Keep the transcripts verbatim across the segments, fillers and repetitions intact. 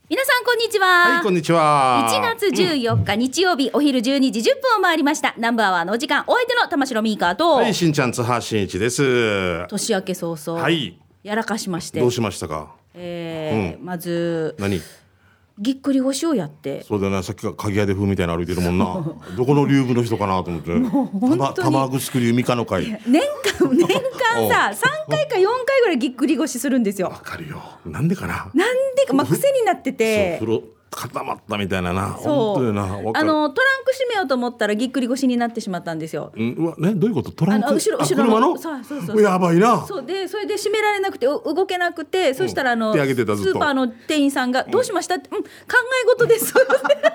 皆さんこんにちは。 はい、こんにちは。 いちがつじゅうよっか、うん、日曜日お昼じゅうにじじゅっぷんを回りました。ナンバーワンのお時間、お相手の玉城ミーカーと、 はい、しんちゃん津波真一です。 年明け早々、はい、やらかしまして。 どうしましたか。 えーうん、まず何ぎっくり腰をやって。 そうだよね、さっきから鍵屋で風みたいな歩いてるもんな。どこの流部の人かなと思って。もう本当に玉城流ミカの会。 年間年間ささんかいかよんかいぐらいぎっくり腰するんですよ。 わかるよ。なんでかな。 なんでか、まあ、癖になってて。 そう固まったみたいなな。 そう本当な。 あのトランク閉めようと思ったらぎっくり腰になってしまったんですよ。 うん、うわね、どういうこと。トランク、 あの後ろ後ろ車の。 そうそうそうそう、 やばいな。 そうで、それで閉められなくて動けなくて、うん、そしたらあの手挙げてたずっとスーパーの店員さんが、うん、どうしましたって、うん、考え事です。ト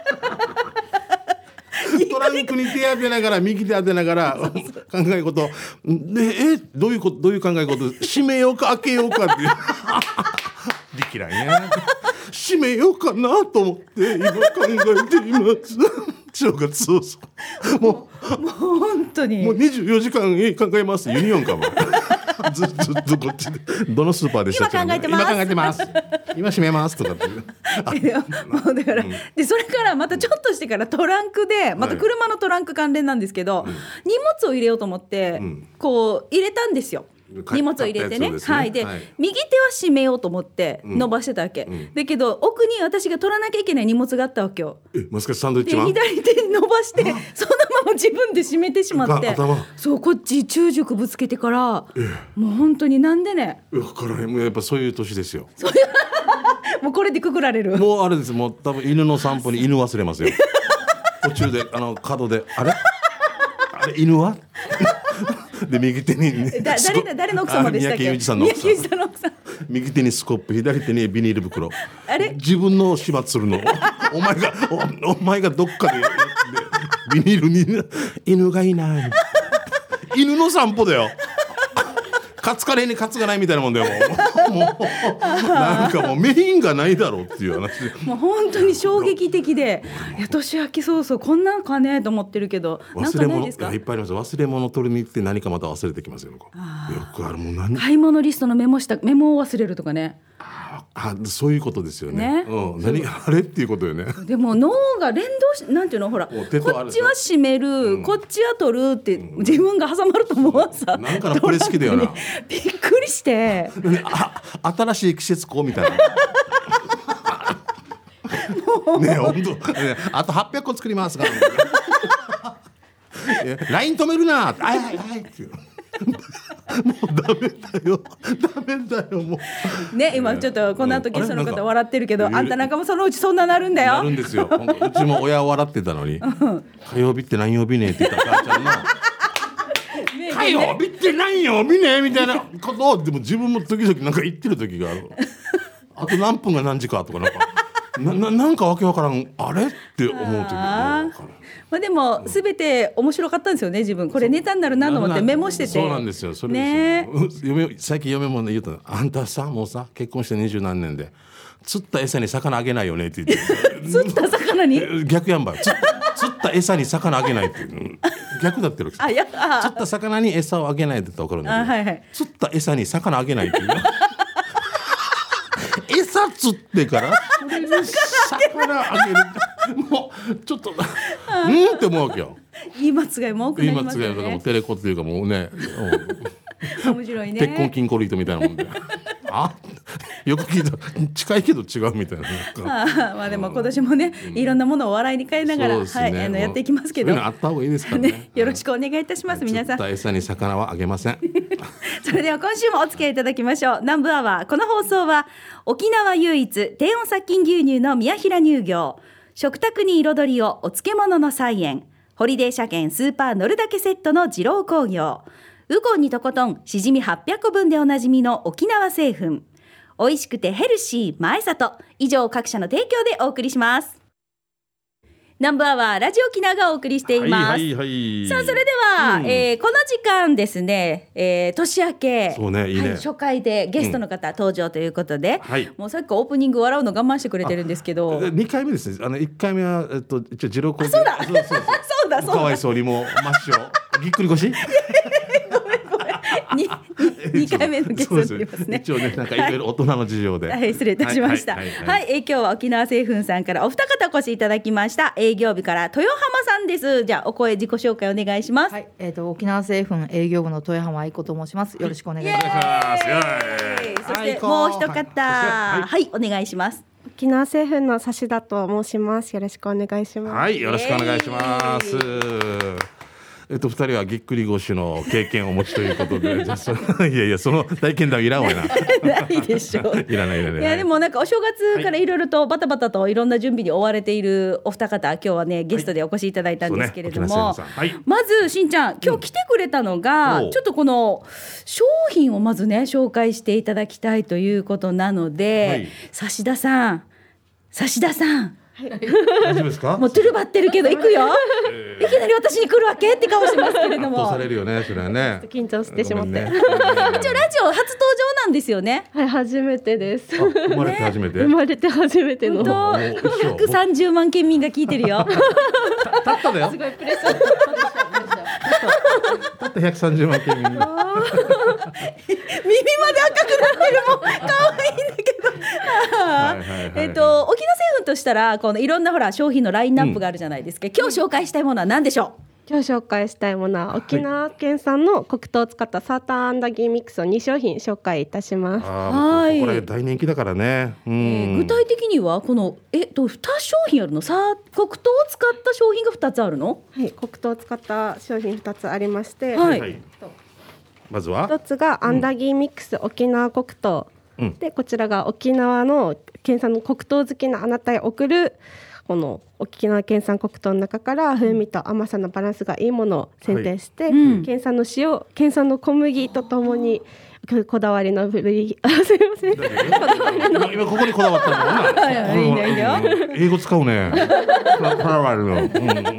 ランクに手当てながら右手当てながら考え事で、えどういうことどういう考え事、閉めようか開けようかってできないね。閉めようかなと思って今考えています。正月早々もうもう本当にもうにじゅうよじかん考えます。ユニオンかも。ずっとずっとこっちでどのスーパーでしたっけ。 今考えてます。 今考えてます。今閉めますとかってもうだから、うん、でそれからまたちょっとしてからトランクでまた車のトランク関連なんですけど、はい、荷物を入れようと思って、うん、こう入れたんですよ。荷物を入れて ね, ね、はいではい、右手は閉めようと思って伸ばしてたわけ、うん、だけど奥に私が取らなきゃいけない荷物があったわけよ。 えもしかしてサンドイッチマン。 で左手に伸ばしてそのまま自分で閉めてしまって、そうこっち中軸ぶつけてから、ええ、もう本当になんでね。 だからもうやっぱそういう年ですよ。 そういうもうこれでくくられる。 もうあれです、もう多分犬の散歩に犬忘れますよ。途中であの角であれあれ犬はで右手に、ね、 だ 誰, 誰の奥様でしたっけ。 三宅裕二さんの奥さん。右手にスコップ、左手にビニール袋。 あれ自分の始末するの。お前が お, お前がどっかでビニールに犬がいない。犬の散歩だよ。カツカレーにカツがないみたいなもんだよ。もうもうなんかもうメインがないだろうっていう話。 もう本当に衝撃的で、いや年明け早々こんなのかねと思ってるけど、 忘れ物いっぱいあります。忘れ物取りに行って何かまた忘れてきますよ。よくある。もう何買い物リストのメモしたメモを忘れるとかね。 ああ、そういうことですよね。ね、うん、何あれっていうことよね。 でも脳が連動し、なんていうの、ほらこっちは閉める、うん、こっちは取るって、うん、自分が挟まると思うさ、 なんかこれ好きだよな。 びっくりしてあ新しい季節こうみたいな。ね、本当、ね、あとはっぴゃくこ作りますから。ライン 止めるな。はいはいはいっていう。もうダメだよダメだよもうね。今ちょっとこの後ゲストの方笑ってるけど、あんたなんかもそのうちそんななるんだよ。 なるんですよ。うちも親笑ってたのに、火曜日って何曜日ねって言ったら母ちゃんの火曜日って何曜日ねみたいなことを、でも自分も時々なんか言ってる時がある。あと何分が何時かとか、なんか な, な, なんかわけわからん、あれって思う時が分かる。 まあ、でも全て面白かったんですよね。自分これネタになるなと思ってメモしてて。 そうなんですよ。それですよ、ね、嫁最近嫁も、ね、言うと、あんたさもうさ結婚して二十何年で釣った餌に魚あげないよねって言って釣った魚に逆やんば。釣った餌に魚あげないって逆だってる。 あ、いや、あ釣った魚に餌をあげないって言ったら分かるんだけど、 はいはい、 釣った餌に魚あげないっていう餌釣ってからそれに魚あげる。もうちょっとうんって思うわけよ。 言い間違いも多くなりますよね。 言い間違いとかもテレコっていうかもうね、 面白いね。 鉄痕筋コリートみたいなもんであよく聞いた近いけど違うみたいな。 あまあでも今年もね、うん、いろんなものを笑いに変えながら、ね、はい、あのやっていきますけど、 そういうのあった方がいいですから ね, ね。 よろしくお願いいたします、はい、皆さん。 釣った餌に魚はあげません。 それでは今週もお付き合いいただきましょう。南部アワー、この放送は沖縄唯一低温殺菌牛乳の宮平乳業、食卓に彩りをお漬物の菜園、ホリデー車検スーパー乗るだけセットの二郎工業、ウコンにとことんしじみはっぴゃくこぶんでおなじみの沖縄製粉、美味しくてヘルシー前里、以上各社の提供でお送りします。南部アワーラジオ沖縄がお送りしています、はいはいはい、さあそれでは、うん、えー、この時間ですね、えー、年明け、 そうね、いいね、 はい、初回でゲストの方登場ということで、うん、はい、もうさっきオープニング笑うの我慢してくれてるんですけど、 にかいめですね。あのいっかいめは、えっと、一応二郎工業、 そうだそうそうそうそうだそうだ、 かわいそうにもう真っ白ぎっくり腰ごめんごめんににかいめのゲストになりますね。 一応ねなんかいろいろ大人の事情で、 はい、はい、失礼いたしました。はい、はいはいはい、えー、今日は沖縄製粉さんからお二方お越しいただきました。営業部から豊浜さんです。じゃあお声自己紹介お願いします。 はい、えー、と沖縄製粉営業部の豊浜愛子と申します。よろしくお願いします。 そしてもう一方、はい、はい、お願いします。 沖縄製粉の指田と申します。よろしくお願いします。 はい、よろしくお願いします。えっと、ふたりはぎっくり腰の経験をお持ちということでじゃそいやいやその体験談いらんわなないでしょう。 いらないいらない。 いやでもなんかお正月からいろいろとバタバタといろんな準備に追われているお二方、今日はねゲストでお越しいただいたんですけれども、はいね、まずしんちゃん今日来てくれたのが、うん、ちょっとこの商品をまずね紹介していただきたいということなので、はい、指田さん指田さん大丈夫ですか？ もうトゥルバってるけど行くよ、えー、いきなり私に来るわけって顔しますけれども圧倒されるよねそれはね。 緊張してしまって、ね、 一応ラジオ初登場なんですよね。 はい、初めてです。 生まれて初めて、ね、 生まれて初めてのひゃくさんじゅうまん県民が聞いてるよたっただよすごいプレッシャーたったひゃくさんじゅうまん県民耳まで赤くなってるもん可愛いんだけどえっと沖縄製粉としたらこのいろんなほら商品のラインナップがあるじゃないですか、うん、今日紹介したいものは何でしょう？ 今日紹介したいものは沖縄県産の黒糖を使ったサーターアンダギーミックスをに商品紹介いたします。 はい、これ大人気だからね、うん、 えー、具体的にはこのえっとに商品あるの？さ黒糖を使った商品がふたつあるの？ はい、黒糖を使った商品ふたつありまして、 はいはい、 まずはひとつがアンダギーミックス沖縄黒糖、うん、でこちらが沖縄の県産の黒糖好きなあなたへ送るこの沖縄県産黒糖の中から風味と甘さのバランスがいいものを選定して、はいうん、県産の塩、県産の小麦とともにこだわりの古いあすいませんこだわりの今ここにこだわったんだいいねいいね英語使うねこだわりの、うんうん、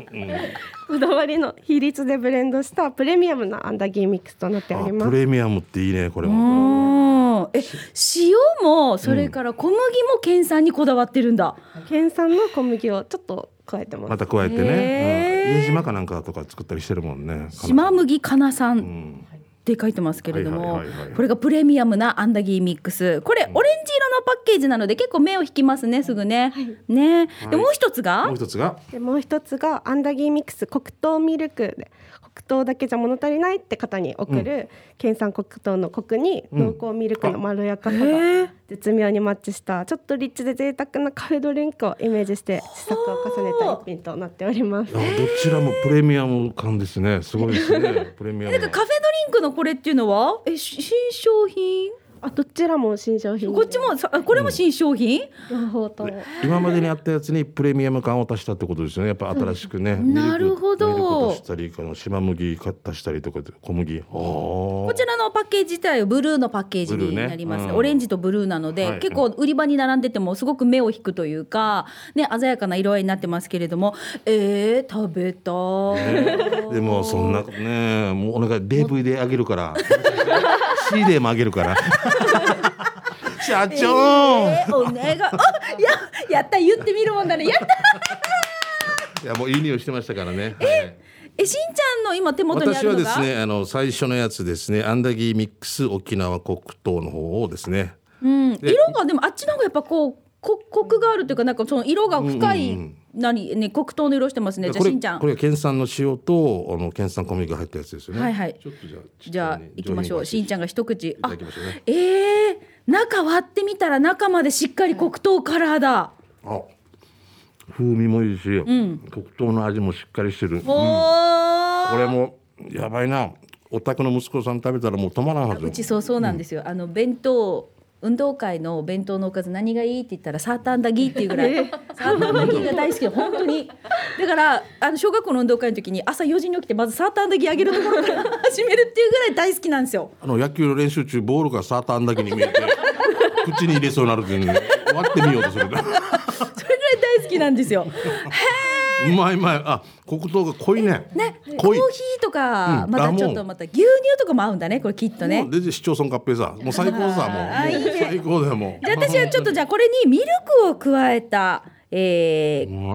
こだわりの比率でブレンドしたプレミアムなアンダギーミックスとなっております。 プレミアムっていいねこれも。 え塩もそれから小麦も県産にこだわってるんだ、 うん、県産の小麦をちょっと加えてます。 また加えてね、うん、家島かなんかとか作ったりしてるもんね。 島麦かなさん、うんって書いてますけれども、これがプレミアムなアンダギーミックス、これオレンジ色のパッケージなので結構目を引きますねすぐね、はい、ね、はい、でもう一つがもう一つがでもう一つがアンダギーミックス黒糖ミルクで黒糖だけじゃ物足りないって方に送る、うん、県産黒糖のコクに濃厚ミルクのまろやかさが絶妙にマッチしたちょっとリッチで贅沢なカフェドリンクをイメージして試作を重ねた一品となっております。 どちらもプレミアム感ですね。すごいですねプレミアム。 なんかカフェドリンクのこれっていうのはえ新商品？ あどちらも新商品。 こっちもこれも新商品、 うん、両方と今までにあったやつにプレミアム感を足したってことですよね。やっぱ新しくね、うん、 なるほど。 ミルク足したり島麦足したりとか小麦。 こちらのパッケージ自体はブルーのパッケージになります、ねうん、オレンジとブルーなので、はい、結構売り場に並んでてもすごく目を引くというか、ね、鮮やかな色合いになってますけれども、えー、食べたー、 ね、でもそんなねもうお願い ディーブイディー あげるからシーディー もあげるから社長、 えー、お願いあや、やった言ってみるもんだねやったいやもういい匂いしてましたからね。 え、はい、えしんちゃんの今手元にあるのが私はですねあの最初のやつですねアンダギーミックス沖縄黒糖の方をですね、 うん、色がでもあっちの方がやっぱこうコクがあるというかなんかその色が深い、うんうんうん、何ね黒糖の色してますね。じゃあしんちゃんこれは県産の塩とあの県産小麦が入ったやつですよね。 はいはい。 ちょっとじゃあじゃあ行きましょう。しんちゃんが一口いただきましょうね。 えー、中割ってみたら中までしっかり黒糖カラーだ。 あ風味もいいし、うん、黒糖の味もしっかりしてる、うん、これもやばいな。お宅の息子さん食べたらもう止まらんはず。 うちそうそうなんですよ、うん、あの弁当運動会のお弁当のおかず何がいいって言ったらサーターアンダギーっていうぐらいサーターアンダギーが大好きで本当にだからあの小学校の運動会の時に朝よじに起きてまずサーターアンダギーあげるところから始めるっていうぐらい大好きなんですよ。 あの野球の練習中ボールがサーターアンダギーに見えて口に入れそうになるっていうのに割ってみようとするからそれぐらい大好きなんですよ。へうまいうまい。あ黒糖が濃いね。 ねコーヒーとか、うん、またちょっとまた牛乳とかも合うんだねこれきっとね。 もうで市町村合併さもう最高さもう、もう最高だよもう。 じゃあ私はちょっとじゃあこれにミルクを加えた、えー、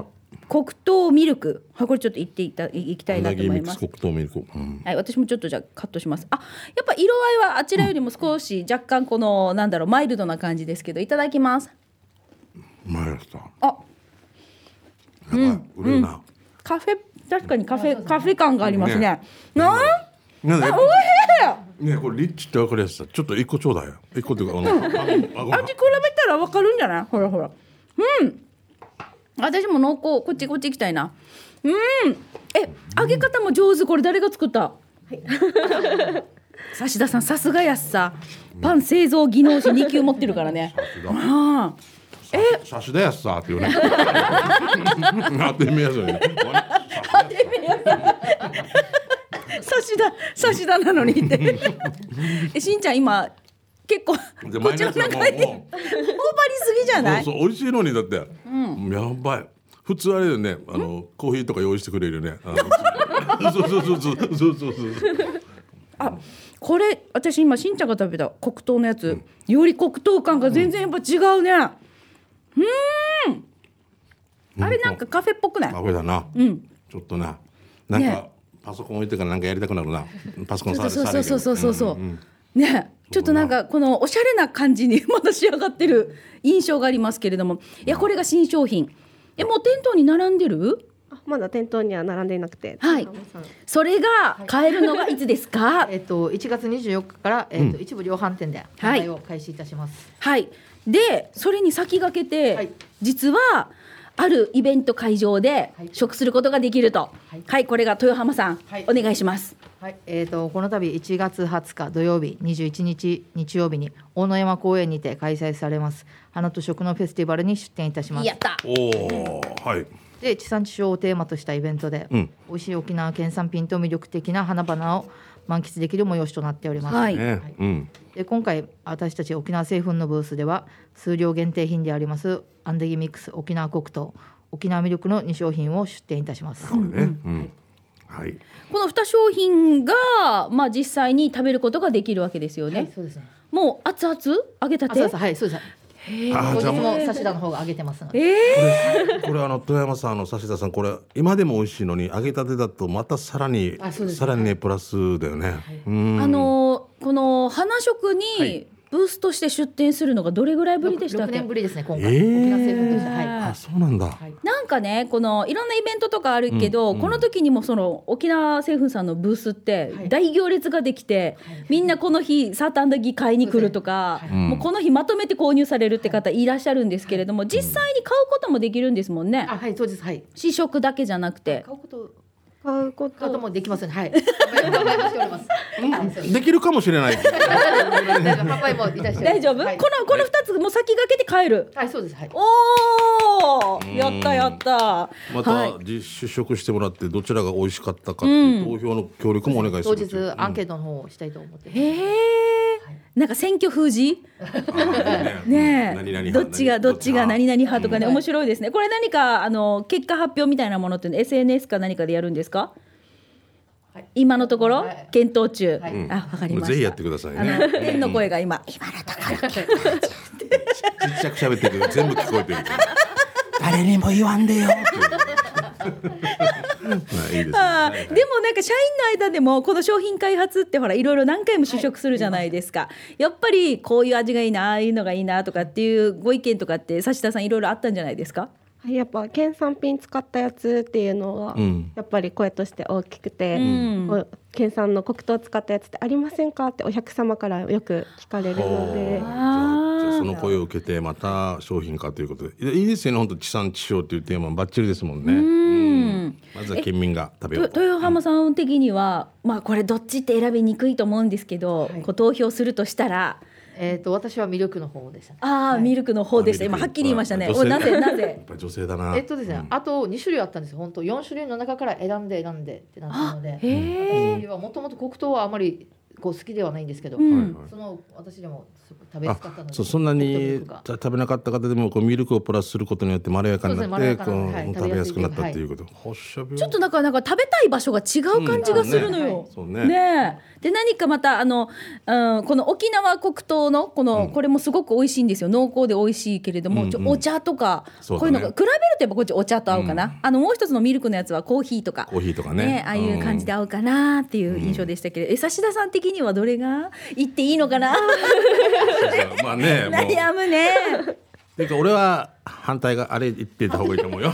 黒糖ミルク、はい、これちょっと言っていたいきたいなと思います。 黒糖ミルク、うん、 はい、私もちょっとじゃあカットします。あ、やっぱ色合いはあちらよりも少し若干この、なんだろう、マイルドな感じですけど、いただきます。 マイルド。 あ、 なんか売れるな、うん、 カフェ、確かにカフェカフェ感がありますね。ね、なん、 なんあ、おいしいね、これリッチって分かりやすさ、ちょっと一個ちょうだいよ。一個っていうか、あの、 うん、味比べたら分かるんじゃない？ほらほら。うん。私も濃厚、こっちこっち行きたいな。うん。え、揚げ方も上手。これ誰が作った？はい。指田さん、さすがやっさ。パン製造技能士に級持ってるからね。ああ。 え、さしだやっさっていうね。当てめやすね。 当てめやさ。しだ、さしだなのにって。え、しんちゃん今結構こっちの中に頬張りすぎじゃない？ そうそう、美味しいのにだって、うん、やばい。普通あれよね、あのコーヒーとか用意してくれるよね。そうそうそうそうそうそうそう。 あ、これ私今しんちゃんが食べた黒糖のやつ、うん、より黒糖感が全然やっぱ違うね。うん。うん、あれなんかカフェっぽくない？ カフェだな。うん。ちょっとな、なんか、ね、パソコン置いてからなんかやりたくなるな。パソコン触る。 そうそうそうそうそうそう。うんうん、ね。ちょっとなんかこのおしゃれな感じにまだ仕上がってる印象がありますけれども、いやこれが新商品。え、もう店頭に並んでる？ あ、まだ店頭には並んでいなくて、 はい、それが買えるのがいつですか？ はい、えっといちがつにじゅうよっかから、えっと、一部量販店で販売を開始いたします。 はい、はい、でそれに先駆けて、はい、実はあるイベント会場で食することができると、はい、はい、これが豊浜さん、はい、お願いします。 はい、えー、とこの度いちがつはつか土曜日、にじゅういちにち日曜日に大野山公園にて開催されます花と食のフェスティバルに出展いたします。 やった。 おー、はい。 で地産地消をテーマとしたイベントで、うん、美味しい沖縄県産品と魅力的な花々を満喫できる催しとなっております。 はい、 はい、うん、で今回私たち沖縄製粉のブースでは数量限定品でありますアンデギミックス沖縄黒糖沖縄ミルクのにしょうひんを出展いたします。 これね、うん、はい、 このに商品が、まあ、実際に食べることができるわけですよね。 はい、そうですね。 もう熱々揚げたて。 熱々、はい、そうです。当日も指田の方が揚げてますので、 えー、これ, これあの富山さんの指田さん、これ今でも美味しいのに揚げたてだとまたさらにさらにねプラスだよね。はい、 うん、あのこの花食に、はい、ブースとして出店するのがどれぐらいぶりでしたっけ？ ろくねんぶりですね、今回、 えー、 沖縄製粉として、はい、 あ、そうなんだ、はい、 なんかね、このいろんなイベントとかあるけど、うんうん、この時にもその沖縄製粉さんのブースって大行列ができて、はい、みんなこの日サーターアンダギー買いに来るとか、はい、もうこの日まとめて購入されるって方いらっしゃるんですけれども、はい、実際に買うこともできるんですもんね。 あ、はい、そうです、はい、 試食だけじゃなくて買うこと買うこともできますね。はい。 できるかもしれない。 販売もいたして大丈夫？はい、このこの二つも先駆けて買える。 はい、そうです。はい。 おお、やったやった。 また実試食してもらってどちらが美味しかったかっていう投票の協力もお願いします。 当日アンケートの方をしたいと思ってます。 へえ。なんか選挙封じねえ、どっちがどっちが何々派とかね、面白いですね。これ何かあの結果発表みたいなものって エスエヌエス か何かでやるんですか？はい、今のところ、はい、検討中、はい、あ、わかりました。 ぜひやってくださいね。 あの天の声が今、今のところ検討中ちっちゃく喋ってるけど全部聞こえてる誰にも言わんでよまあいいですね。 あ、でもなんか社員の間でもこの商品開発ってほらいろいろ何回も試食するじゃないですか、はい、やっぱりこういう味がいいな、ああいうのがいいなとかっていうご意見とかって指田さんいろいろあったんじゃないですか？ はい、やっぱ県産品使ったやつっていうのは、うん、やっぱり声として大きくて、うん、県産の黒糖を使ったやつってありませんかってお客様からよく聞かれるので、 じゃあその声を受けてまた商品化ということでいいですよね。本当地産地消というテーマバッチリですもんね。うん、うん、まずは県民が食べよう。 豊浜さん的には、うん、まあこれどっちって選びにくいと思うんですけど、はい、こう投票するとしたらえー、と私はミルクの方でした、ね、 ああ、はい、ミルクの方でした。今はっきり言いましたね。お、なぜなぜやっぱり女性だな。 えっとですね、うん、あとに種類あったんですよ。本当よん種類の中から選んで選んでってなったので、 へ私はもともと黒糖はあまりこう好きではないんですけど、 うんその私でも食べやすかったので、 そうそんなに食べなかった方でもこうミルクをプラスすることによってまろやかになってこう食べやすくなったっていうこと、ほっしゃびちょっとなんかなんか食べたい場所が違う感じがするのよ。 そうね。 ねえで何かまたあの、うん、この沖縄黒糖のこの、 うんこれもすごく美味しいんですよ。濃厚で美味しいけれども、 うんうんちょお茶とか、 そうだねこういうのが比べるとやっぱこっちお茶と合うかな、 うんあのもう一つのミルクのやつはコーヒーとかコーヒーとかねああいう感じで合うかなっていう印象でしたけど、え差田さん的にはどれが言っていいのかなまあねもう悩むね。 ていうか俺は反対があれ言ってた方がいいと思うよ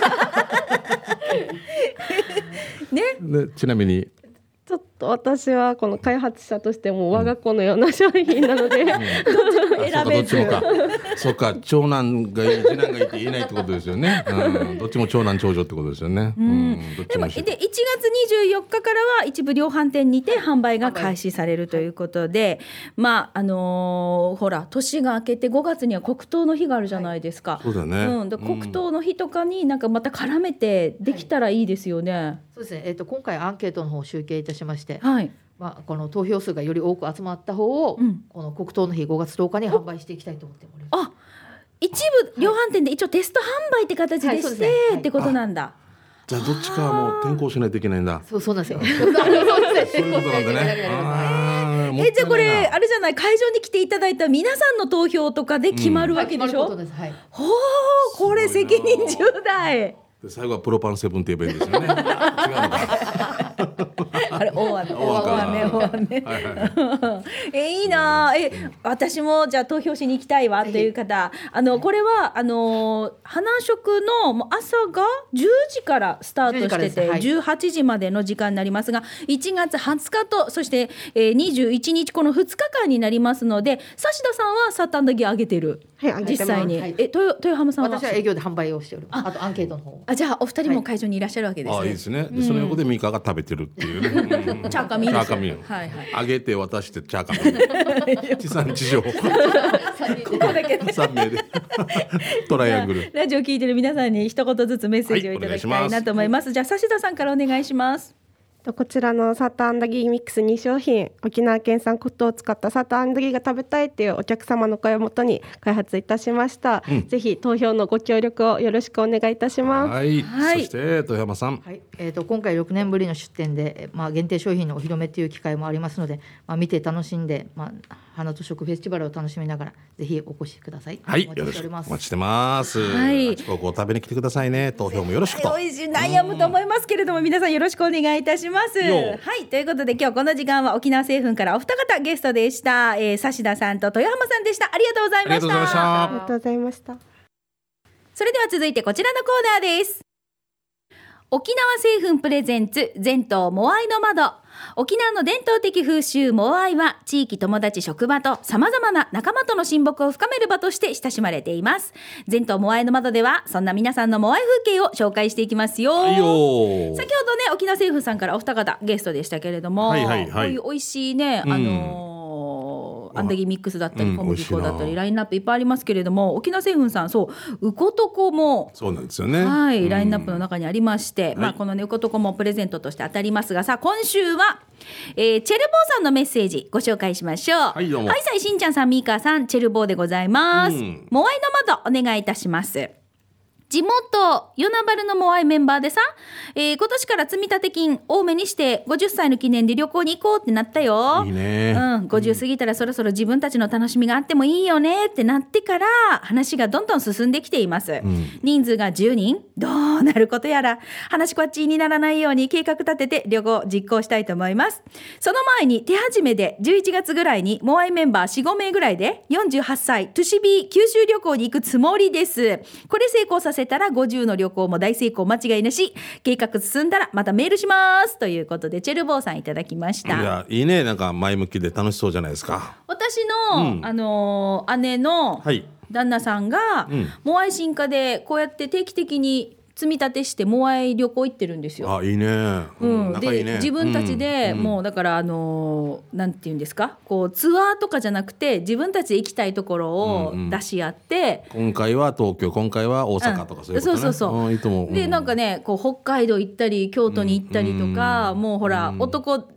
ねでちなみにちょっと私はこの開発者としても我が子のような商品なので、 選べずそうかどっちもかそうか長男がいい次男がいいって言えないってことですよね、うん、どっちも長男長女ってことですよね、うんどっちもでもでいちがつにじゅうよっかからは一部量販店にて販売が開始されるということで、まああのーほら年が明けてごがつには黒糖の日があるじゃないですか、 そうだね、 うん、で黒糖の日とかになんかまた絡めてできたらいいですよね。 そうですね、えー、と今回アンケートの方を集計いたしまして、 はい、 まあ、この投票数がより多く集まった方を、 うんこの黒糖の日ごがつとおかに販売していきたいと思っております。 あ一部量販店で一応テスト販売って形ではいそうしですねはいてってことなんだ。 じゃあどっちかはもう転校しないといけないんだそうそうなんですよ。 そういうことなんだねあーもったいないなえじゃあこれあれじゃない会場に来ていただいた皆さんの投票とかで決まるわけでしょ、 はい決まることです。はい。 ほうこれ責任重大。 で最後はプロパンセブンって言えばいいんですよね違うのかあれ大雨大雨大雨大雨はいはいえいいなえ私もじゃあ投票しに行きたいわという方あのこれはあの花食のもう朝がじゅうじからスタートしてじゅうじからですてはいじゅうはちじまでの時間になりますがいちがつはつかとそしてえーにじゅういちにちこのふつかかんになりますので指田さんはサタンダギ上げてるはい上げてます実際にはいえ豊豊浜さんは私は営業で販売をしております。あとアンケートの方。 あじゃあお二人も会場にいらっしゃるわけですね、 ああいいですねでその横でミカが食べてるっていうね、うんうんチャーカミーですチャーカミーはいはいあげて渡してチャーカミー地産地消ここだけね三名でトライアングルラジオ聞いてる皆さんに一言ずつメッセージをいただきたいなと思います。じゃあ指田さんからお願いします。 とこちらのサーターアンダギーミックスに商品沖縄県産黒糖を使ったサーターアンダギーが食べたいっていうお客様の声をもとに開発いたしました、 うんぜひ投票のご協力をよろしくお願いいたします。 はい、 はいそして豊山さんはい、えー、と今回ろくねんぶりの出店で、えまあ、限定商品のお披露目という機会もありますので、まあ、見て楽しんで、まあ、花と食フェスティバルを楽しみながらぜひお越しください。 はい、 およろし待ちしております。 くお待ちしてます。 はいあちこち食べに来てくださいね。投票もよろしくと。 美味しい悩むと思いますけれども、皆さんよろしくお願いいたします。 よはいということで今日この時間は沖縄製粉からお二方ゲストでした、えー、指田さんと豊浜さんでした。ありがとうございました。 ありがとうございましたありがとうございました。 それでは続いてこちらのコーナーです。沖縄製粉プレゼンツ全島モアイの窓。沖縄の伝統的風習モアイは地域友達職場と様々な仲間との親睦を深める場として親しまれています。全島モアイの窓ではそんな皆さんのモアイ風景を紹介していきますよ。 はいよー先ほどね沖縄製粉さんからお二方ゲストでしたけれども、 はいはいはいこういう美味しいね、 うんあのーアンダギーミックスだったりうん小麦粉だったり美味しいなラインナップいっぱいありますけれども、沖縄製粉さんそうウコトコもそうなんですよね。 はい、 うんラインナップの中にありまして、まあ、 はいこのねウコトコもプレゼントとして当たりますが、さあ今週は、えーチェルボーさんのメッセージご紹介しましょう。 はいどうもはいさいしんちゃんさんミーカーさんチェルボーでございます、 うんモアイの窓お願いいたします。地元与那原のモアイメンバーでさ、えー今年から積立金多めにしてごじゅっさいの記念で旅行に行こうってなったよ。 いいね。 うん、ごじゅう過ぎたらそろそろ自分たちの楽しみがあってもいいよねってなってから話がどんどん進んできています、 ん人数がじゅうにんどうなることやら話こっちにならないように計画立てて旅行実行したいと思います。その前に手始めでじゅういちがつぐらいにモアイメンバー よん、ごめいぐらいでよんじゅうはっさいトゥシビー九州旅行に行くつもりです。これ成功させたらごじゅうの旅行も大成功間違いなし。計画進んだらまたメールしますということでチェルボーさんいただきましいた。 やいいね、なんか前向きで楽しそうじゃないですか。 私の、 うんあのー姉のはい。 旦那さんが、 うんモアイ進化でこうやって定期的に積み立てしてモアイ旅行行ってるんですよ。 あいいね。 うん、で仲いいね。 自分たちで、 うんもうだからあのーなんていうんですか、こうツアーとかじゃなくて自分たちで行きたいところをうんうん出し合って、 今回は東京、今回は大阪とかそういうことね。 うんそうそうそうんいいと思う。 でなんかねこう北海道行ったり京都に行ったりとか、 うんもうほら、 うん男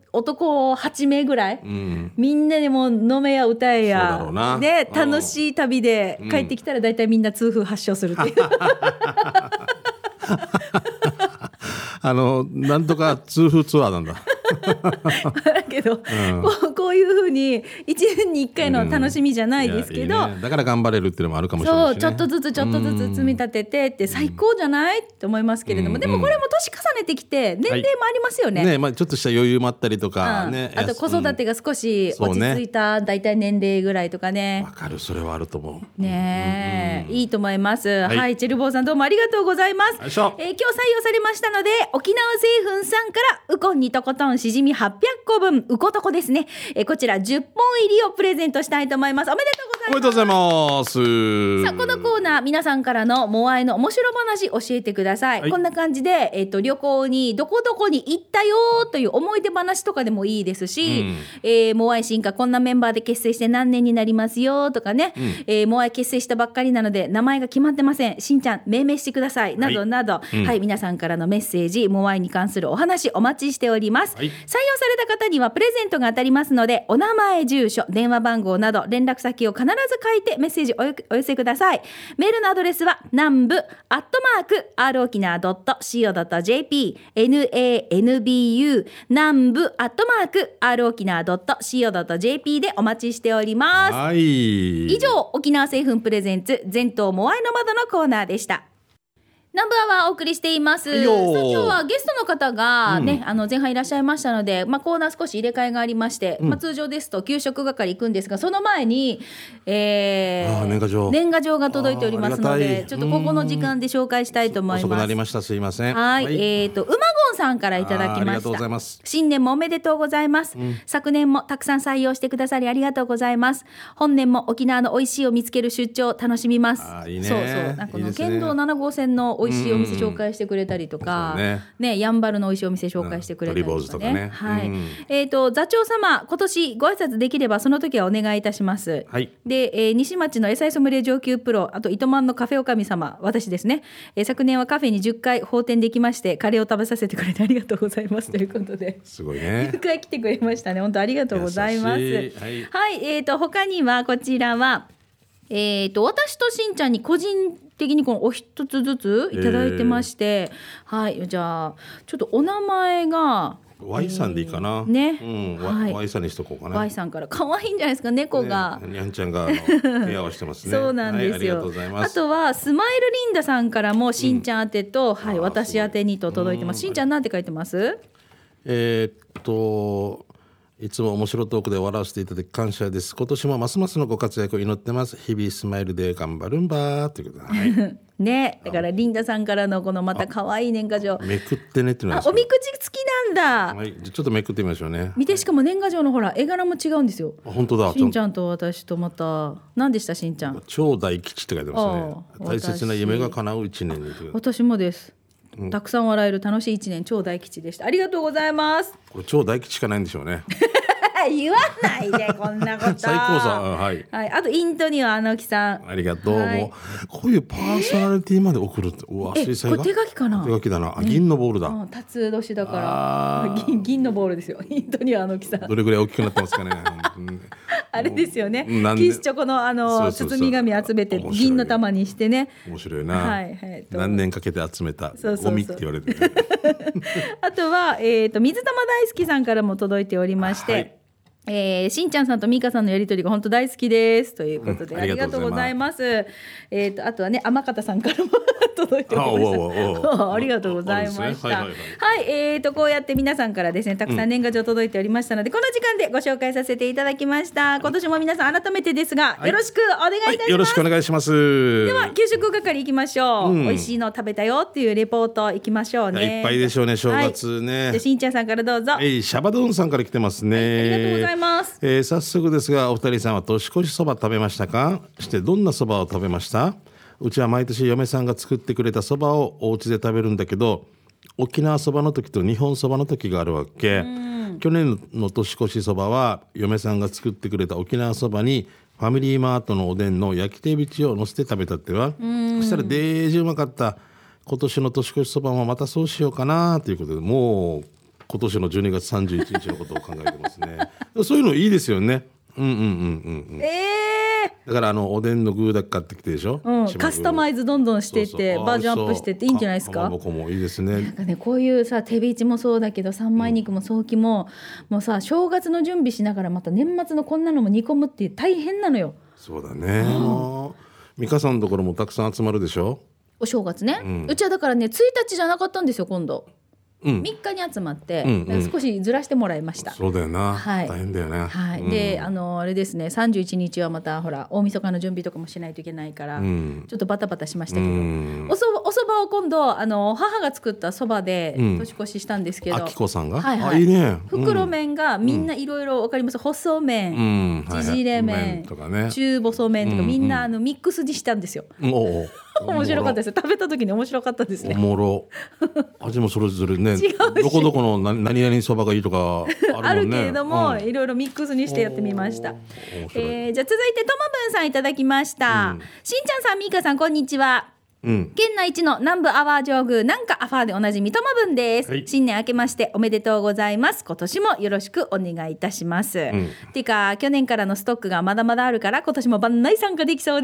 男はちめいぐらい、 うん、 みんなでも飲めや歌えやそうだろうなで楽しい旅で帰ってきたらだいたいみんな痛風発症するっていうあのなんとか痛風ツアーなんだだけど、うん、こう、こういうふうにいちねんにいっかいの楽しみじゃないですけど、うんいいね、 だから頑張れるっていうのもあるかもしれないし、ね、 そうちょっとずつちょっとずつ積み立ててって最高じゃない、うん、って思いますけれども、でもこれも年重ねてきて年齢もありますよね、 はいねまあ、ちょっとした余裕もあったりとか、 うんね、 あと子育てが少し落ち着いただいたい年齢ぐらいとかね、 わかるそれはあると思うね、うんうん、いいと思います。 はい、 はい、チェルボーさんどうもありがとうございます。えー、今日採用されましたので沖縄製粉さんからウコンにとことんしじみはっぴゃっこぶんウコトコですね、えー、こちらじゅっぽん入りをプレゼントしたいと思います。おめでとうございます。 おめでとうございます。 さあこのコーナー皆さんからのモアイの面白話教えてください、はい、こんな感じで、えー、と旅行にどこどこに行ったよという思い出話とかでもいいですし、うんえー、モアイ進化こんなメンバーで結成して何年になりますよとかね、うんえー、モアイ結成したばっかりなので名前が決まってません、しんちゃん命名してくださいなどなど、はいうんはい、皆さんからのメッセージモアイに関するお話お待ちしております、はい、採用された方にはプレゼントが当たりますのでお名前住所電話番号など連絡先を必ず書いてメッセージお寄せください。メールのアドレスは南部アットマーク r 沖縄 .co.jp ナンブ 南部アットマーク r 沖縄 .co.jp でお待ちしております。 はい、 以上沖縄製粉プレゼンツ全島モアイの窓のコーナーでした。ナンバーはお送りしています。さあ今日はゲストの方が、ねうん、あの前半いらっしゃいましたので、まあ、コーナー少し入れ替えがありまして、うんまあ、通常ですと給食係行くんですがその前に、えー、 年賀状年賀状が届いておりますのでちょっとここの時間で紹介したいと思います。 遅くなりましたすいません。 はい、はい、えーとうまごんさんからいただきました。 ありがとうございます。 新年もおめでとうございます、うん、昨年もたくさん採用してくださりありがとうございます。本年も沖縄の美味しいを見つける出張楽しみます。 あいいね。 そうそうなんかこの県道なな号線の美味しいお店紹介してくれたりとか、ねね、やんばるの美味しいお店紹介してくれたりとか ね,、うん、とかねはいうんえー、と座長様今年ご挨拶できればその時はお願いいたします、はい、で、えー、西町の野菜ソムリエ上級プロあと糸満のカフェおかみ様私ですね、えー、昨年はカフェにじゅっかい訪店できましてカレーを食べさせてくれてありがとうございますということですごいねじゅっかい来てくれましたね本当ありがとうございます。はい、はいえー、と他にはこちらは、えー、と私としんちゃんに個人的にこのお一つずついただいてまして、えー、はいじゃあちょっとお名前が Y さんでいいかな、 えー、ね、 うんはい、Y さんにしとこうかな。 Y さんから可愛いんじゃないですか猫が、 ね、にゃんちゃんがケアをしてますねそうなんですよ、はい、ありがとうございます。 あとはスマイルリンダさんからもしんちゃん宛てと、うんはい、私宛てにと届いてます。しんちゃんなんて書いてます？ えー、っといつも面白トークで笑わせていただき感謝です。今年もますますのご活躍を祈ってます。日々スマイルで頑張るんばということで、はいね、だからリンダさんからのこのまた可愛い年賀状めくってねっていうのはおみくじ付きなんだ、 はい、じゃちょっとめくってみましょうね。 見てしかも年賀状のほら絵柄も違うんですよ。 本当だ。 しんちゃんと私とまた何でしたしんちゃん超大吉って書いてますね。大切な夢が叶う一年に。 私もです、うん、たくさん笑える楽しい一年超大吉でした。ありがとうございます。 これ超大吉しかないんでしょうね言わないでこんなこと最高さん、はい、 はい、あとイントにはあのきさんありがとう、はい、もうこういうパーソナリティまで送るってうわ水彩画これ手書きかな。 手書きだな、銀のボールだ、 うん、タツ年だから銀, 銀のボールですよイントにはあのきさんどれぐらい大きくなってますかねあれですよねキースチョコのあの包み紙集めて銀の玉にしてね面白いな、 はいはい、 何年かけて集めたゴミって言われてるあとは、えー、と水玉大好きさんからも届いておりまして、はいえー、しんちゃんさんとみかさんのやりとりが本当大好きですということで、うん、ありがとうございます。えー、とあとはね天方さんからも届いておりましたありがとうございました。はい、はいはいはい、えー、とこうやって皆さんからですねたくさん年賀状届いておりましたので、うん、この時間でご紹介させていただきました。今年も皆さん改めてですが、はい、よろしくお願いいたします、はい、 よろしくお願いします。 では給食係行きましょう、うん、美味しいの食べたよっていうレポート行きましょうね。 いっぱいでしょうね正月ね、 はい、しんちゃんさんからどうぞ。 えー、シャバドゥンさんから来てますね、はい、 ありがとうございます。 えー、早速ですがお二人さんは年越しそば食べましたか？してどんなそばを食べました？うちは毎年嫁さんが作ってくれたそばをお家で食べるんだけど沖縄そばの時と日本そばの時があるわけ。去年の年越しそばは嫁さんが作ってくれた沖縄そばにファミリーマートのおでんの焼き手びちを乗せて食べたってわ。そしたらデージうまかった。今年の年越しそばもまたそうしようかなということでもう今年のじゅうにがつさんじゅういちにちのことを考えてますねそういうのいいですよね。うんうんうんうんうん。 ええだからあのおでんの具だけ買ってきてでしょ、 うん、カスタマイズどんどんしていってバージョンアップしてっていいんじゃないですか。 かまぼこもいいですね。 なんかね、こういうさ手びちもそうだけど三枚肉も早期も、うん、もうさ正月の準備しながらまた年末のこんなのも煮込むって大変なのよ。 そうだね。美香さんのところもたくさん集まるでしょ、 お正月ね、 うん、 うちはだからねついたちじゃなかったんですよ今度。 うん、 みっかに集まって、 うんうん、 少しずらしてもらいました。 そうだよな、 はい、 大変だよね、 はい、 うん、 であのあれですねさんじゅういちにちはまたほら大晦日の準備とかもしないといけないから、うん、ちょっとバタバタしましたけど、うん、おそおそばを今度あの母が作ったそばで年越ししたんですけど、 あきこさんが、 はいはい、 あいいね、 袋麺がみんないろいろ分かります、細麺、縮れ麺とかね、中細麺とか、みんなあのミックスにしたんですよ、うん、お面白かったです。食べた時に面白かったですね。 おもろ味もそれぞれねどこどこの何々そばがいいとかあるもんねあるけれども、うん、いろいろミックスにしてやってみました。えー、じゃあ続いてともぶんさんいただきました、うん、しんちゃんさんみーかさんこんにちは。うん、県内一の南部アワー上宮なんかアファーでおなじみともぶんです、はい、新年明けましておめでとうございます。今年もよろしくお願いいたします、うん、てか去年からのストックがまだまだあるから今年も万内参加できそうです。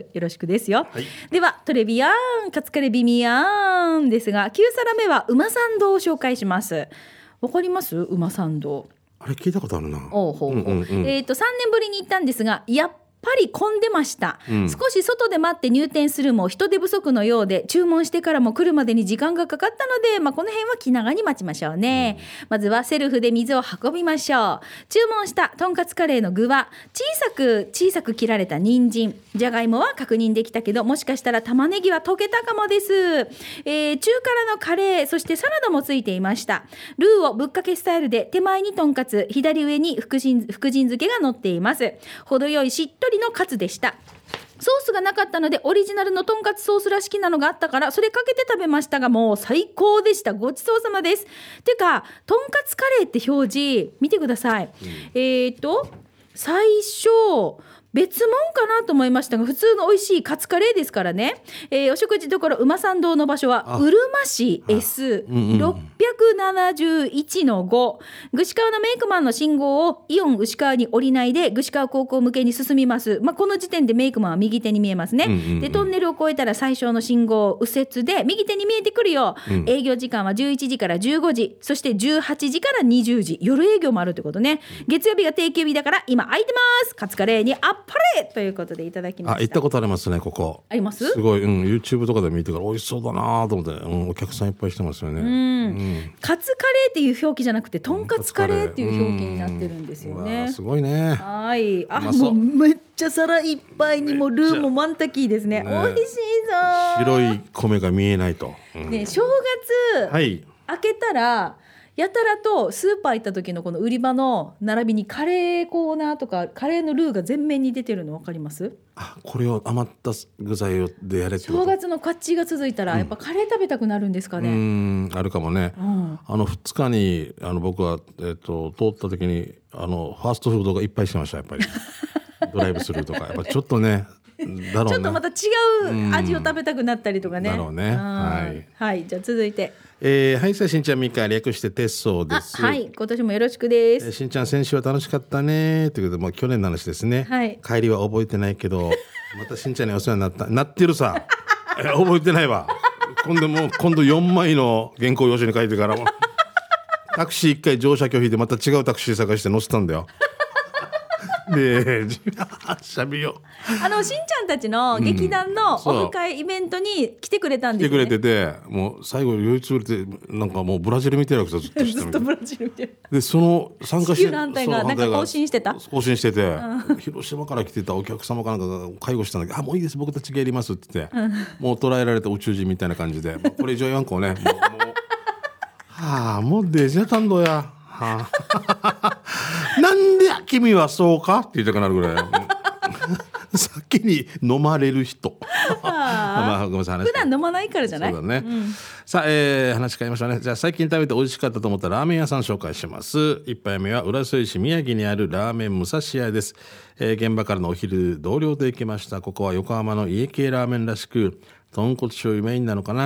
よろしくですよ、はい、ではトレビアンカツカレビミアンですがきゅう皿目は馬参道を紹介します。わかります馬参道。 あれ聞いたことあるな。 おうほうほう、うんうんうん、えーとさんねんぶりに行ったんですがやっやっぱり混んでました、うん、少し外で待って入店するも人手不足のようで注文してからも来るまでに時間がかかったので、まあ、この辺は気長に待ちましょうね、うん、まずはセルフで水を運びましょう。注文したとんかつカレーの具は小さく小さく切られた人参、じゃがいもは確認できたけどもしかしたら玉ねぎは溶けたかもです、えー、中辛のカレーそしてサラダもついていました。ルーをぶっかけスタイルで手前にとんかつ左上に福神、福神漬けが乗っています。程よいしっとりのカツでした。ソースがなかったのでオリジナルのとんかつソースらしきなのがあったからそれかけて食べましたがもう最高でした。ごちそうさまです。てかとんかつカレーって表示見てください、うん、えーと最初別物かなと思いましたが普通の美味しいカツカレーですからね、えー、お食事処馬参道の場所はうるま市 エスろっぴゃくななじゅういちのご、具志川のメイクマンの信号をイオン牛川に降りないで具志川高校向けに進みます、まあ、この時点でメイクマンは右手に見えますね、うんうんうん、でトンネルを越えたら最初の信号右折で右手に見えてくるよ、うん、営業時間はじゅういちじからじゅうごじそしてじゅうはちじからにじゅうじ夜営業もあるってことね。月曜日が定休日だから今空いてます。カツカレーにあっぱれということでいただきました。 あ、行ったことありますね。ここあります。 すごい、うん、YouTube とかで見てから美味しそうだなと思って、うん、お客さんいっぱいしてますよね。うん、うん、 カツカレーっていう表記じゃなくてとんかつカレーっていう表記になってるんですよね。 すごいね。 はい、あ、もうめっちゃ皿いっぱいにもルーもマンタキーですね。美味しいぞ。 白い米が見えないと、 うん、ね、正月、はい、開けたらやたらとスーパー行った時のこの売り場の並びにカレーコーナーとかカレーのルーが全面に出てるの分かります？ あ、これを余った具材でやれってこと。 正月のカッチが続いたらやっぱカレー食べたくなるんですかね。うん、 うんあるかもね、うん、あのふつかにあの僕は、えー、と通った時にあのファーストフードがいっぱいしてました。やっぱりドライブスルーとかやっぱちょっとねだろうね、 ちょっとまた違う味を食べたくなったりとかね。 だろうね。はい、 はい、じゃあ続いて、 えー、はい、さあしんちゃんみか略して鉄相です。 はい、今年もよろしくです。 えー、しんちゃん先週は楽しかったねということで、もう去年の話ですね、はい、帰りは覚えてないけどまたしんちゃんにお世話になったなってるさえー、覚えてないわ今度も今度よんまいの原稿用紙に書いてからもタクシーいっかい乗車拒否でまた違うタクシー探して乗せたんだよでしゃべよあのしんちゃんたちの劇団のオフ会イベントに来てくれたんですね、 来てくれてて、もう最後酔いつぶれてなんかもうブラジル見てるわけさずっとずっとブラジル見てるで、その参加して地球の反対がなんか更新してた更新してて、うん、広島から来てたお客様かなんかが介護したんだけど、あ、もういいです僕たちがやりますって言って、うん、もう捉えられた宇宙人みたいな感じでこれ以上言わんこうねもうもうはあもうデジャタンドやはあ、なんで君はそうかって言いたくなるぐらい先に飲まれる人まあ、ごめんなさい、 普段飲まないからじゃない。 そうだね、うん、さあ、えー、話変えましょうね。じゃあ最近食べて美味しかったと思ったラーメン屋さん紹介します。一杯目は浦添市宮城にあるラーメン武蔵屋です、えー、現場からのお昼同僚と行きました。ここは横浜の家系ラーメンらしく豚骨醤油メインなのかな。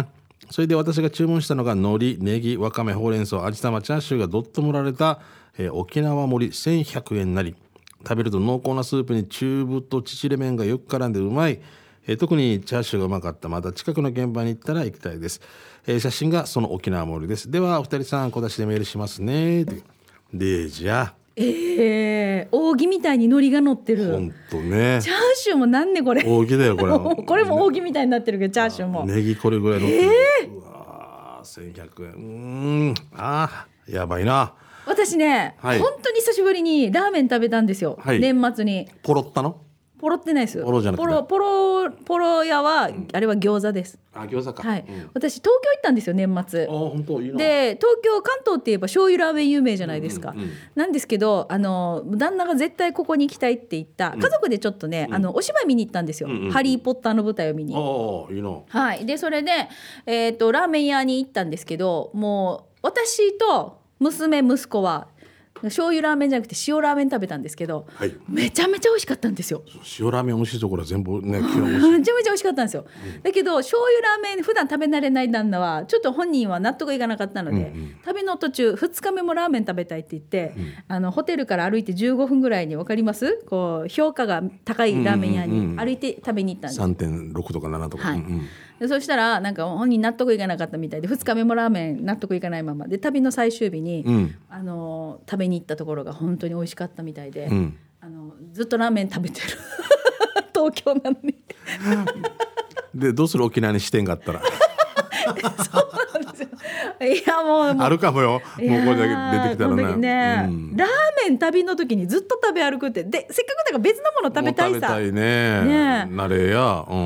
それで私が注文したのが海苔、ネギ、わかめ、ほうれん草、味玉、チャーシューがどっと盛られた、えー、沖縄盛りせんひゃくえんなり、食べると濃厚なスープに中太縮れ麺がよく絡んでうまい、えー、特にチャーシューがうまかった。また近くの現場に行ったら行きたいです、えー、写真がその沖縄盛りです。ではお二人さん小出しでメールしますね。でじゃあえー、扇みたいに海苔が乗ってる。 本当ね。 チャーシューもなんねこれ。 扇だよこれ。 これも扇みたいになってるけどチャーシューも。 ネギこれぐらい乗ってる。 えー、 うわせんひゃくえん。うーんあーやばいな。 私ね、はい、本当に久しぶりにラーメン食べたんですよ、はい、年末に。 ポロったの？ ポロってないです。 ポロじゃなくてポロポロポロ屋は、うん、あれは餃子です。 あ餃子か、 はい、 うん、 私東京行ったんですよ年末。 あ本当いいな。 で東京関東って言えば醤油ラーメン有名じゃないですか、 うんうんうん、 なんですけどあの旦那が絶対ここに行きたいって言った家族でちょっとね、うん、あのお芝居見に行ったんですよ、うんうん、ハリーポッターの舞台を見に。 あいいな。 はい、でそれで、えーと、ラーメン屋に行ったんですけど、もう私と娘息子は醤油ラーメンじゃなくて塩ラーメン食べたんですけど、はい、めちゃめちゃ美味しかったんですよ。 塩ラーメン美味しいところは全部ねめちゃめちゃ美味しかったんですよ、うん、だけど醤油ラーメン普段食べ慣れない旦那はちょっと本人は納得いかなかったので、うんうん、旅の途中ふつかめもラーメン食べたいって言って、うん、あのホテルから歩いてじゅうごふんぐらいに分かりますこう評価が高いラーメン屋に歩いて食べに行ったんです、 さんてんろくとかななとか、 はいうんうんでそしたらなんか本人納得いかなかったみたいでふつかめもラーメン納得いかないままで旅の最終日に、うん、あの食べに行ったところが本当に美味しかったみたいで、うん、あのずっとラーメン食べてる東京なのにでどうする沖縄に支店があったらそうなんですよ。いやもう、もうあるかもよ。もうこれだけ出てきたらね、 ね、うん、ラーメン旅の時にずっと食べ歩くってでせっかくだから別のもの食べたいさ。 食べたいね。ねなれや。うん。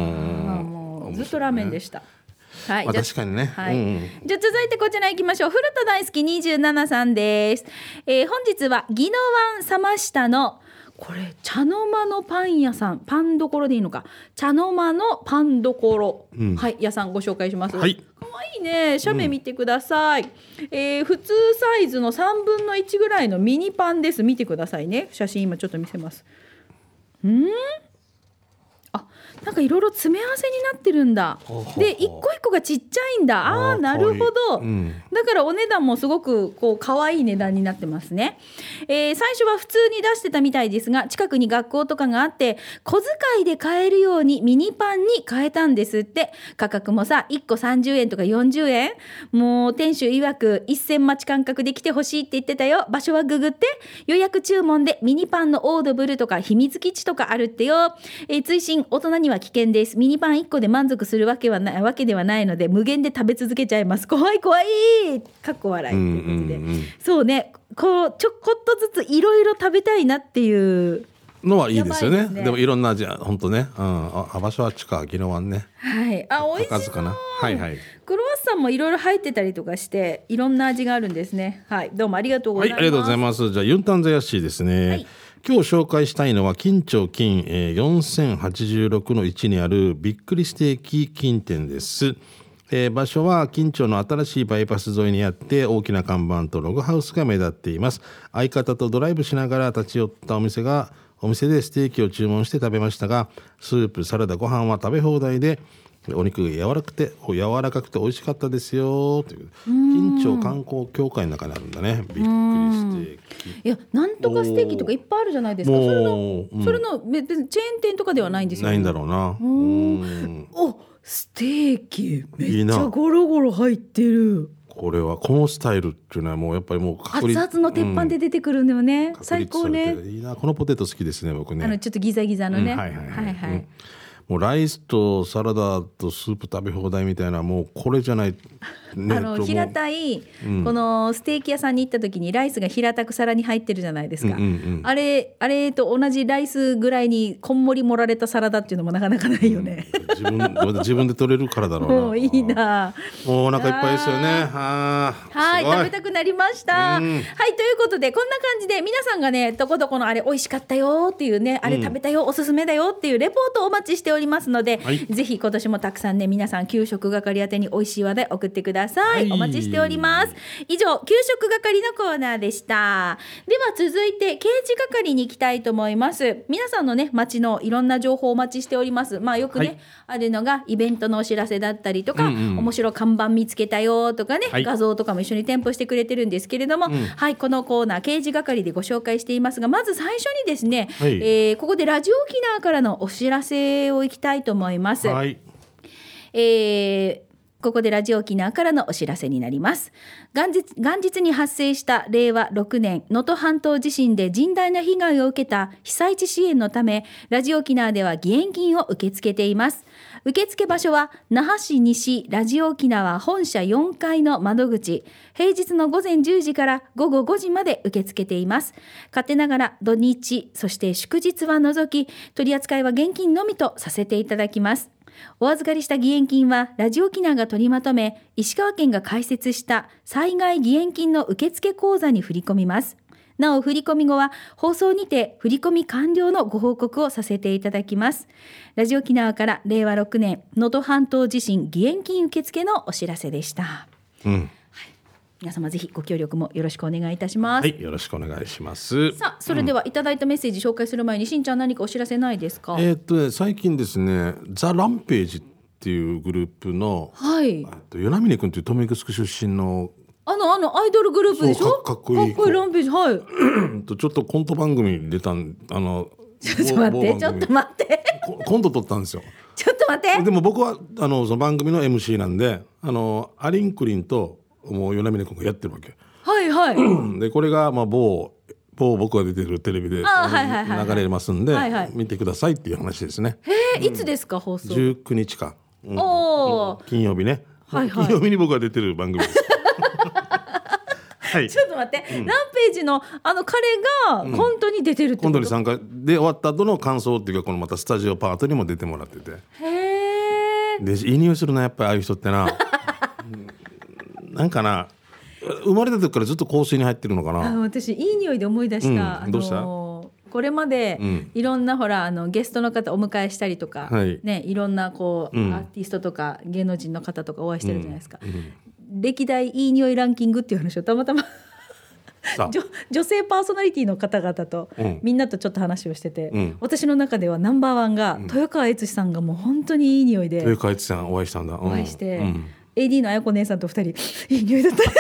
ずっとラーメンでした。はい、 まあ、確かにね、 はいうんうん、 じゃあ続いてこちら行きましょう。古田大好きにじゅうななさんです、えー、本日は宜野湾様下のこれ茶の間のパン屋さんパンどころでいいのか茶の間のパンどころ、うん、はい屋さんご紹介します、はい、かわいいね写メ見てください、うんえー、普通サイズのさんぶんのいちぐらいのミニパンです。見てくださいね写真今ちょっと見せます。んあなんかいろいろ詰め合わせになってるんだ。で一個一個がちっちゃいんだ。ああなるほど、うん、だからお値段もすごくこう可愛い値段になってますね、えー、最初は普通に出してたみたいですが近くに学校とかがあって小遣いで買えるようにミニパンに変えたんですって。価格もさいっこさんじゅうえんとかよんじゅうえん。もう店主曰く一銭待ち感覚で来てほしいって言ってたよ。場所はググって予約注文でミニパンのオードブルとか秘密基地とかあるってよ、えー、追伸大人には危険です。ミニパンいっこで満足するわけはないわけではないので無限で食べ続けちゃいます。怖い怖いかっこ笑いということで、うんうんうん、そうねこうちょこっとずついろいろ食べたいなっていうのはいいですよ ね, で, ねでもいろんな味本当ね、うん、あ場所は地下宜野湾ね。 はいあ美味しいかな。はいはい。 クロワッサンもいろいろ入ってたりとかしていろんな味があるんですね。はいどうもありがとうございます。 はいありがとうございます。じゃあユンタンザヤッシーですね、はい、今日紹介したいのは金町金、えー、よんせんはちじゅうろくのいちにあるびっくりステーキ金店です。えー、場所は金町の新しいバイパス沿いにあって大きな看板とログハウスが目立っています。相方とドライブしながら立ち寄ったお店がお店でステーキを注文して食べましたがスープサラダご飯は食べ放題でお肉が柔らかくて柔らかくて美味しかったですよという金町観光協会の中にあるんだね。びっくりステーキ。 いやなんとかステーキとかいっぱいあるじゃないですか。それの、うん、それの別にチェーン店とかではないんですよ、ね、 ないんだろうな。うんおステーキめっちゃゴロゴロ入ってる。 これはこのスタイルっていうのはもうやっぱりもう熱々の鉄板で出てくるんだよね、うん、最高ね。 いいなこのポテト好きですね僕ね。 あのちょっとギザギザのね、 うん、はいはいはい、はいはいうんもうライスとサラダとスープ食べ放題みたいなもうこれじゃない、 ね、あの平たい、うん、このステーキ屋さんに行った時にライスが平たく皿に入ってるじゃないですか、うんうんうん、あれあれと同じライスぐらいにこんもり盛られたサラダっていうのもなかなかないよね、 うん、自分自分で取れるからだろうな。 もういいなもうお腹いっぱいですよね。 ははい食べたくなりました、うん、はいということでこんな感じで皆さんがねどこどこのあれ美味しかったよっていうねあれ食べたよ、うん、おすすめだよっていうレポートをお待ちしておりますので、はい、ぜひ今年もたくさんね皆さん給食係宛てに美味しい話題送ってくだださい、 はい、 お待ちしております。以上給食係のコーナーでした。では続いて刑事係に行きたいと思います。皆さんのね街のいろんな情報をお待ちしております。まあよくね、はい、あるのがイベントのお知らせだったりとか、うんうん、面白い看板見つけたよとかね、はい、画像とかも一緒に添付してくれてるんですけれども、うん、はい、このコーナー刑事係でご紹介していますが、まず最初にですね、はい、えー、ここでラジオ沖縄からのお知らせをいきたいと思います。はい、えーここでラジオ沖縄からのお知らせになります。元日、元日に発生したれいわろくねん能登半島地震で甚大な被害を受けた被災地支援のため、ラジオ沖縄では義援金を受け付けています。受付場所は那覇市西ラジオ沖縄本社よんかいの窓口、平日のごぜんじゅうじからごごごじまで受け付けています。勝手ながら土日そして祝日は除き、取り扱いは現金のみとさせていただきます。お預かりした義援金はラジオ沖縄が取りまとめ、石川県が開設した災害義援金の受付口座に振り込みます。なお振り込み後は放送にて振り込み完了のご報告をさせていただきます。ラジオ沖縄かられいわろくねん能登半島地震義援金受付のお知らせでした。うん、皆様ぜひご協力もよろしくお願いいたします。 はい、よろしくお願いします。 さあ、それではいただいたメッセージ紹介する前に、しんちゃん何かお知らせないですか？ えーっとね、最近ですね、ザ・ランページっていうグループの、はい、与那嶺君という富城出身のあのあのアイドルグループでしょ。 か, かっこいいかっこいいランページ、はいちょっとコント番組に出たん、あのちょっと待ってちょっと待ってコント撮ったんですよ。 ちょっと待って。 でも僕はあのその番組の エムシー なんで、あのアリンクリンともう与那嶺君がやってるわけ。 はいはいでこれがまあ某某僕が出てるテレビで流れますんで、はいはい、見てくださいっていう話ですね。 へえ、いつですか放送？ じゅうくにちか、うん、 お金曜日ね、はいはい、金曜日に僕が出てる番組ですはい、 ちょっと待って、うん、ランページのあの彼が本当に出てるってこと？ 本当に参加で終わった後の感想っていうか、このまたスタジオパートにも出てもらってて、 へー、 でいい匂いするなやっぱりああいう人ってななんかな、生まれた時からずっと香水に入ってるのかな。 あ、私いい匂いで思い出した、 うん、どうした？ あのー、これまで、うん、いろんなほらあのゲストの方お迎えしたりとか、はいね、いろんなこう、うん、アーティストとか芸能人の方とかお会いしてるじゃないですか、うんうん、歴代いい匂いランキングっていう話をたまたま女, 女性パーソナリティの方々と、うん、みんなとちょっと話をしてて、うん、私の中ではナンバーワンが、うん、豊川悦司さんがもう本当にいい匂いで、 豊川悦司さんお会いしたんだ、 お会いして、うん、エーディー のあやこ姉さんとふたりいい匂いだったね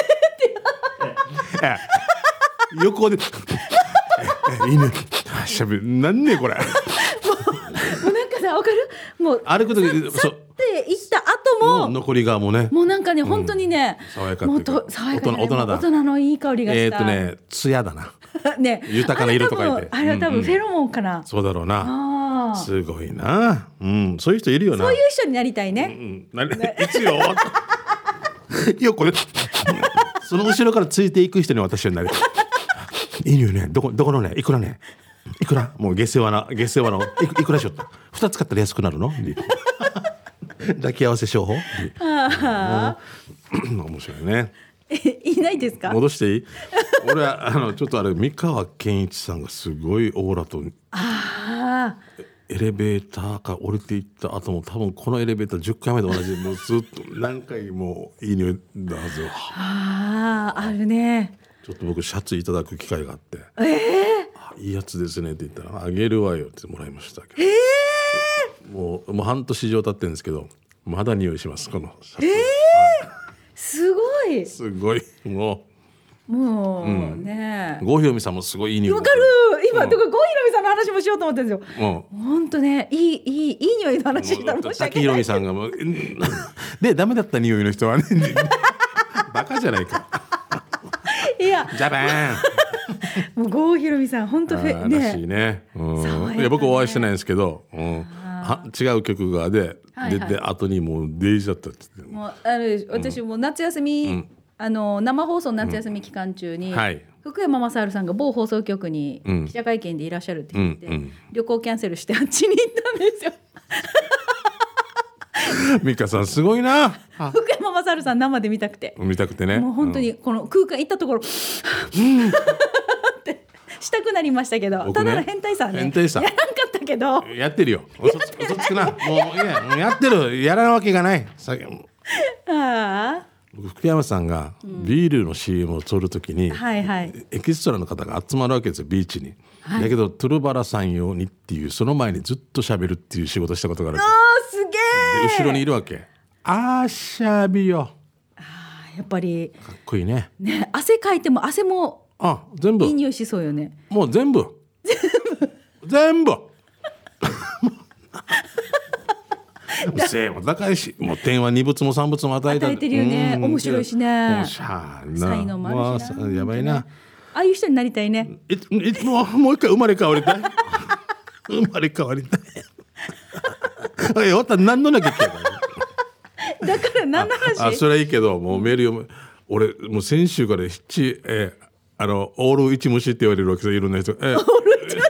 って横でいいねしゃべなんねこれもうもうなんかさ、わかる、もう歩く時去って行った後も残りがもうね、 もうなんかね、うん、本当にね、 爽やかっていうか、 爽やか、ね、 大人だ、 大人のいい香りがした。 えー、っとね艶だなね、 豊かな色と書いて、 あれは多分フェロモンかな、うんうん、 そうだろうな、あ、すごいな、うん、そういう人いるよな、 そういう人になりたいね、うん、 なね一応いやこれその後ろからついていく人に私はなるいいよね、どこどこのね、いくらね、いくら、もう下世話な下世話の い, くいくらしよったふたつ買ったら安くなるの抱き合わせ商法あ面白いね。 いないですか？ 戻していい俺はあのちょっとあれ三河健一さんがすごいオーラと、あエレベーターから降りていった後も多分このエレベーターじゅっかいめと同じもうずっと何回もいい匂いだはずよ。 ああるね。 ちょっと僕シャツいただく機会があって、 えー、 あいいやつですねって言ったらあげるわよってもらいましたけど、 えー、もうもう半年以上経ってるんですけどまだ匂いしますこのシャツ、 えー、すごいすごいもうもう、うん、ね郷ひろみさんもすごいいい匂い。 わかる今、うん、郷ひろみさんの話もしようと思ってるんですよ。本当ねいいいいいい匂いの話したら申し訳ない。 滝ひろみさんがもうでダメだった匂いの人はねバカじゃないかいやジャパンもう郷ひろみさん本当フェねらしいね、うん、いや僕お会いしてないんですけど、うん、は違う曲がで出て後にもうデイジだったって言って、 もうある私も夏休み、うん、あの生放送の夏休み期間中に、うんはい、福山雅治さんが某放送局に記者会見でいらっしゃるって言って、うんうん、旅行キャンセルしてあっちに行ったんですよ美香さんすごいな。 福山雅治さん生で見たくて見たくてね、 もう本当にこの空間行ったところ、うん、ってしたくなりましたけど、ね、ただの変態さんね変態さんやらんかったけどやってるよ嘘つくなもういややってるやらなわけがないさああ福山さんがビールの シーエム を撮るときに、 うん、はいはい、 エキストラの方が集まるわけですよ、ビーチに、 はい、 だけどトゥルバラさん用にっていう、その前にずっと喋るっていう仕事したことがある。 あーすげえ。 後ろにいるわけ。あーしゃびよ。 あやっぱりかっこいいね。 ね、汗かいても汗もあ全部いい匂いしそうよね。 もう全部全部せいも高いし、もう天は二物も三物も与えた、 与えてるよね。面白いしね。 もうしゃあな、 才能もあるしな、 まあ、やばいな、 ああいう人になりたいね。 いいもうもう一回生まれ変わりたい生まれ変わりたいえ終わったら何のなきゃいけないだから何の話。 ああそれはいいけど、もうメール読む、俺もう先週から七、えー、あのオール一虫って言われるわけですよ、いろんな人、えー、オール一虫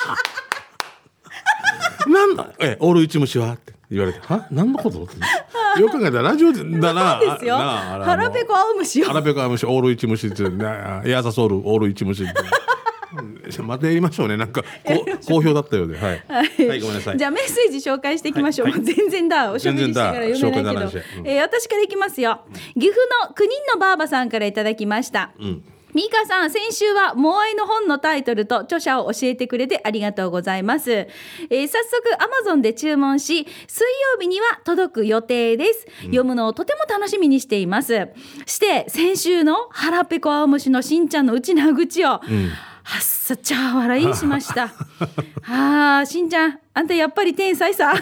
なんだ、えー、オール一虫はって言われて、は何のことってよく考えたらラジオだな。 そうですよ。腹ペコ青虫よ。 腹ペコ青虫オール一虫ってエアサソールオール一虫ってまたやりましょうね。なんか好評だったようで、はい、はいはい、ごめんなさい。 じゃあメッセージ紹介していきましょう。はいはい、全然だおしゃべりしてから読めないけど、うん、えー、私からいきますよ。岐阜のくにんのばあばさんからいただきました。うん、ミーカさん、先週はモアイの本のタイトルと著者を教えてくれてありがとうございます。えー、早速 アマゾン で注文し、水曜日には届く予定です。うん、読むのをとても楽しみにしています。して先週の腹ペコ青虫のしんちゃんのうちな口を、うん、はっさちゃ笑いしましたあーしんちゃん、あんたやっぱり天才さ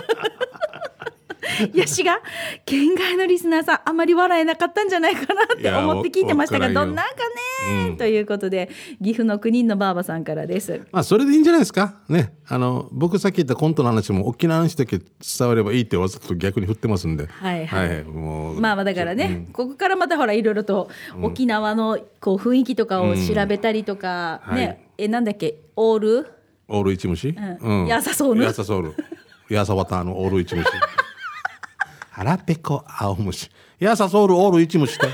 ヤシが県外のリスナーさんあまり笑えなかったんじゃないかなって思って聞いてましたが、どんなんかね、うん、ということで岐阜のくにんのばあばさんからです。 まあそれでいいんじゃないですかね。あの僕さっき言ったコントの話も沖縄の人だけ伝わればいいってわざと逆に振ってますんで、はいはい、はい、もうまあだからね、うん、ここからまたほらいろいろと沖縄のこう雰囲気とかを調べたりとか、うん、ね、はい、えなんだっけオールオール一虫、 うんうん、ヤサソールヤサソールヤサワタのオール一虫腹ペコ青虫ヤサソールオール一虫って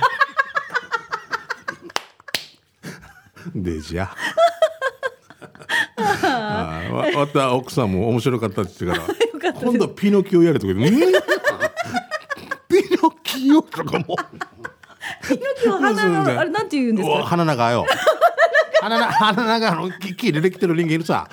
デジャあわわた奥さんも面白かったって言ってから今度はピノキオやれとか言ってピノキオとかもピノキオ鼻のあれなんて言うんですか。 鼻長よ鼻長鼻長のキッキー出てきてる人間いるさ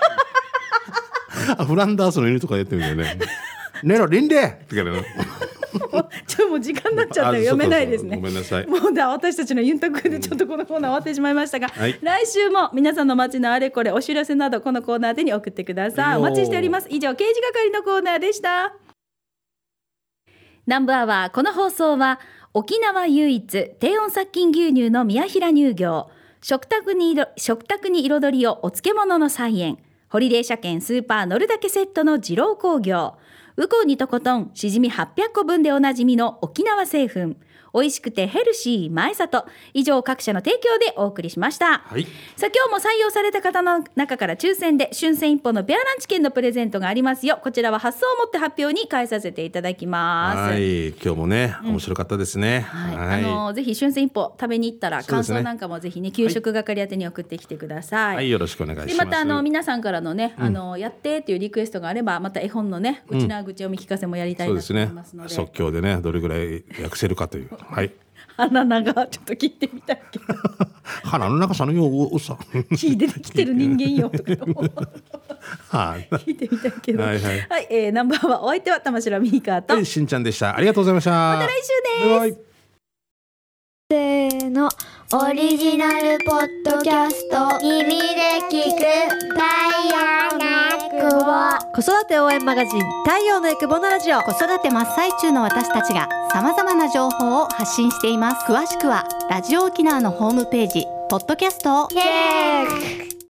フランダースの犬とかやってみるよねネロリンデって言うからちょっともう時間になっちゃって読めないですね。 ごめんなさい。 もうだ私たちのユンタクでちょっとこのコーナー終わってしまいましたが、うん、はい、来週も皆さんの街のあれこれお知らせなどこのコーナーでに送ってください。お待ちしております。以上刑事係のコーナーでした。ナンバーはこの放送は沖縄唯一低温殺菌牛乳の宮平乳業、食卓に食卓に彩りをお漬物の菜園、ホリデー車検スーパー乗るだけセットの二郎工業、ウコンにとことんしじみはっぴゃっこぶんでおなじみの沖縄製粉、美味しくてヘルシー前里、以上各社の提供でお送りしました。はい、さあ今日も採用された方の中から抽選で春戦一歩のベアランチ券のプレゼントがありますよ。こちらは発送をもって発表に変えさせていただきます。 はい、今日もね、面白かったですね。 うん、はいはい、あのぜひ春戦一歩食べに行ったら感想なんかもぜひね、給食係宛てに送ってきてください。はい、 はい、よろしくお願いします。 でまたあの皆さんからのね、うん、あのやってっていうリクエストがあればまた絵本のね、うちな口読み聞かせもやりたいなと思いますので、 そうですね、即興でねどれぐらい訳せるかというはい鼻長ちょっと聞いてみたいけど鼻の長さのようさ血出てきてる人間よとか聞いてみたいけど、はいはいはい、えー、ナンバーはお相手は玉城ミーカーと、 はい、しんちゃんでした。ありがとうございました。 また来週です。バイバイ。 せーの、オリジナルポッドキャスト耳で聞く太陽のエクボ、 子育て応援マガジン太陽のエクボのラジオ。 子育て真っ最中の私たちがさまざまな情報を発信しています。詳しくはラジオ沖縄のホームページポッドキャストをチェック。